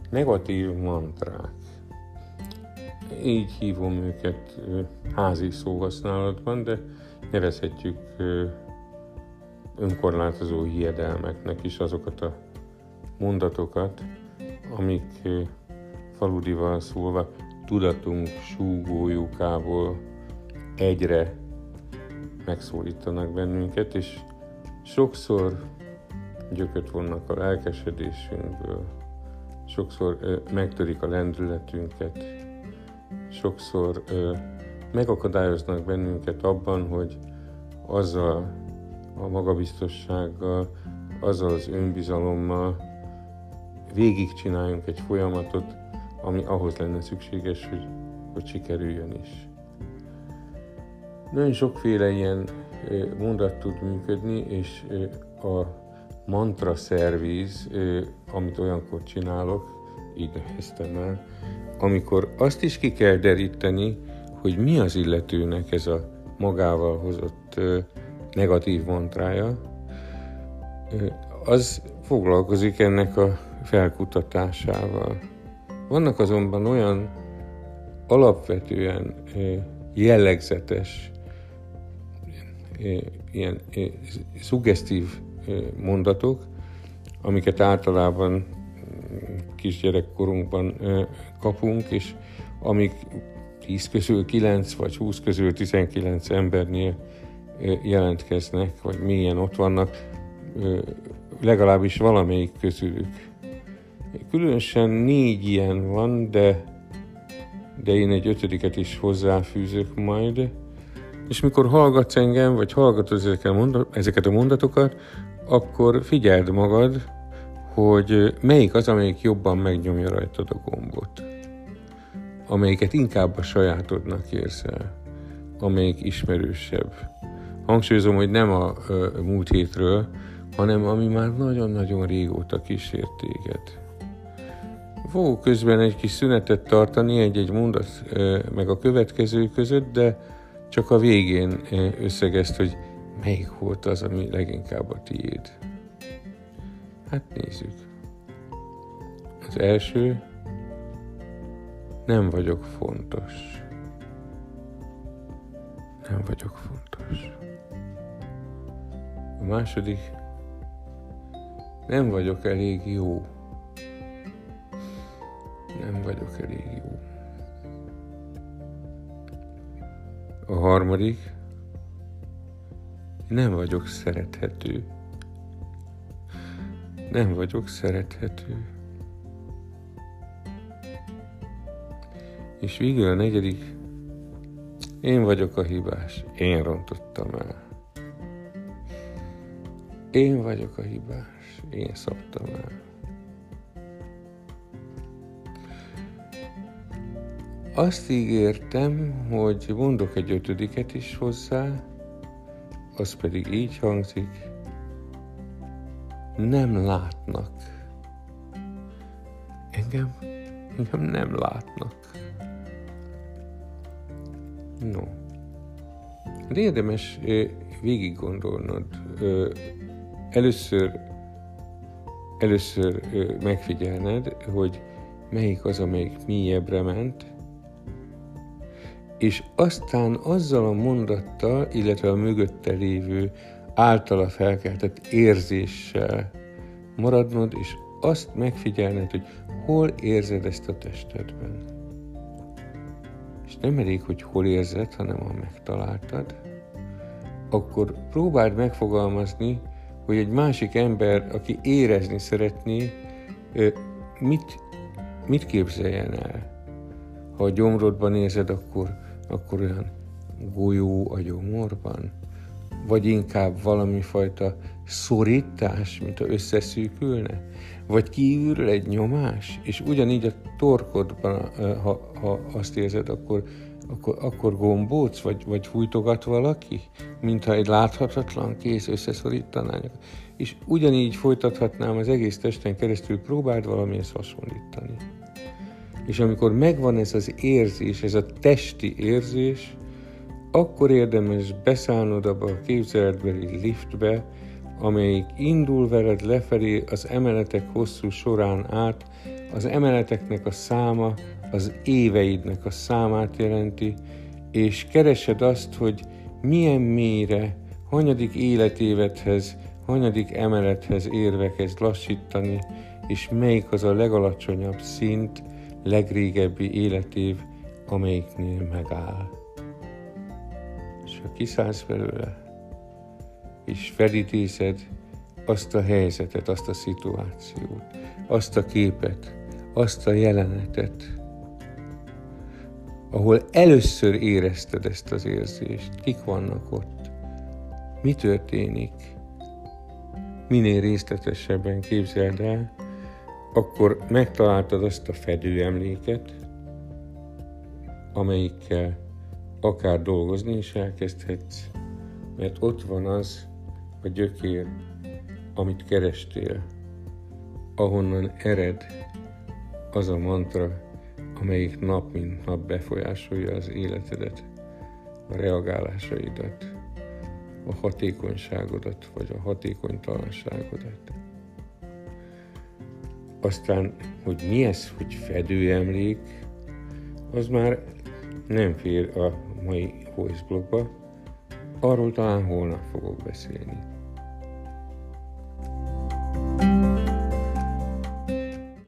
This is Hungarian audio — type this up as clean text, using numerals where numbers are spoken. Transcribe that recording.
Negatív mantrák. Így hívom őket házi szóhasználatban, de nevezhetjük önkorlátozó hiedelmeknek is azokat a mondatokat, amik faludival szólva tudatunk súgójukából egyre megszólítanak bennünket, és sokszor gyököt vonnak a lelkesedésünkből, sokszor megtörik a lendületünket, sokszor megakadályoznak bennünket abban, hogy azzal a magabiztossággal, azzal az önbizalommal végigcsináljunk egy folyamatot, ami ahhoz lenne szükséges, hogy sikerüljön is. Nagyon sokféle ilyen mondat tud működni, és a mantra szervíz, amit olyankor csinálok, így neveztem el, amikor azt is ki kell deríteni, hogy mi az illetőnek ez a magával hozott negatív mantrája, az foglalkozik ennek a felkutatásával. Vannak azonban olyan alapvetően jellegzetes, ilyen szuggesztív mondatok, amiket általában kisgyerekkorunkban kapunk, és amik 10 közül 9 vagy 20 közül 19 embernél jelentkeznek, vagy mélyen ott vannak, legalábbis valamelyik közülük. Különösen 4 ilyen van, de én egy 5. is hozzáfűzök majd. És mikor hallgatsz engem, vagy hallgatod ezeket a mondatokat, akkor figyeld magad, hogy melyik az, amelyik jobban megnyomja rajtad a gombot. Amelyiket inkább a sajátodnak érzel, amelyik ismerősebb. Hangsúlyozom, hogy nem a múlt hétről, hanem ami már nagyon-nagyon régóta kísért téged. Fogok közben egy kis szünetet tartani egy mondat meg a következő között, de csak a végén összegezd, hogy melyik volt az, ami leginkább a tiéd. Hát nézzük. Az első, nem vagyok fontos. Nem vagyok fontos. A második, nem vagyok elég jó. Nem vagyok elég jó. A harmadik, nem vagyok szerethető. Nem vagyok szerethető. És végül a negyedik, én vagyok a hibás. Én rontottam el. Én vagyok a hibás. Én szabtam el. Azt ígértem, hogy mondok egy 5. is hozzá, az pedig így hangzik, nem látnak. Engem nem látnak. No. De érdemes végig gondolnod. Először megfigyelned, hogy melyik az, amelyik mélyebbre ment, és aztán azzal a mondattal, illetve a mögötte lévő általa felkeltett érzéssel maradnod, és azt megfigyelned, hogy hol érzed ezt a testedben. És nem elég, hogy hol érzed, hanem ha megtaláltad, akkor próbáld megfogalmazni, hogy egy másik ember, aki érezni szeretné, mit képzeljen el. Ha a gyomrodban érzed, akkor olyan golyó a gyomorban? Vagy inkább valami fajta szorítás, mint ha összeszűkülne? Vagy kívülről egy nyomás? És ugyanígy a torkodban, ha azt érzed, akkor gombóc? Vagy fújtogat valaki? Mintha egy láthatatlan kéz összeszorítaná. És ugyanígy folytathatnám az egész testen keresztül, próbáld valamihez hasonlítani. És amikor megvan ez az érzés, ez a testi érzés, akkor érdemes beszállnod abba a képzeletbeli liftbe, amelyik indul veled lefelé az emeletek hosszú során át az emeleteknek a száma az éveidnek a számát jelenti, és keresed azt, hogy milyen mélyre, hanyadik életévedhez, hanyadik emelethez érve kezd lassítani, és melyik az a legalacsonyabb szint, legrégebbi életév, amelyiknél megáll. És ha kiszállsz belőle, és felidézed azt a helyzetet, azt a szituációt, azt a képet, azt a jelenetet, ahol először érezted ezt az érzést, kik vannak ott, mi történik, minél részletesebben képzeld el, akkor megtaláltad azt a fedőemléket, amelyikkel akár dolgozni is elkezdhetsz, mert ott van az a gyökér, amit kerestél, ahonnan ered az a mantra, amelyik nap mint nap befolyásolja az életedet, a reagálásaidat, a hatékonyságodat, vagy a hatékonytalanságodat. Aztán, hogy mi ez, hogy fedőemlék, az már nem fér a mai voice blogba, arról talán holnap fogok beszélni.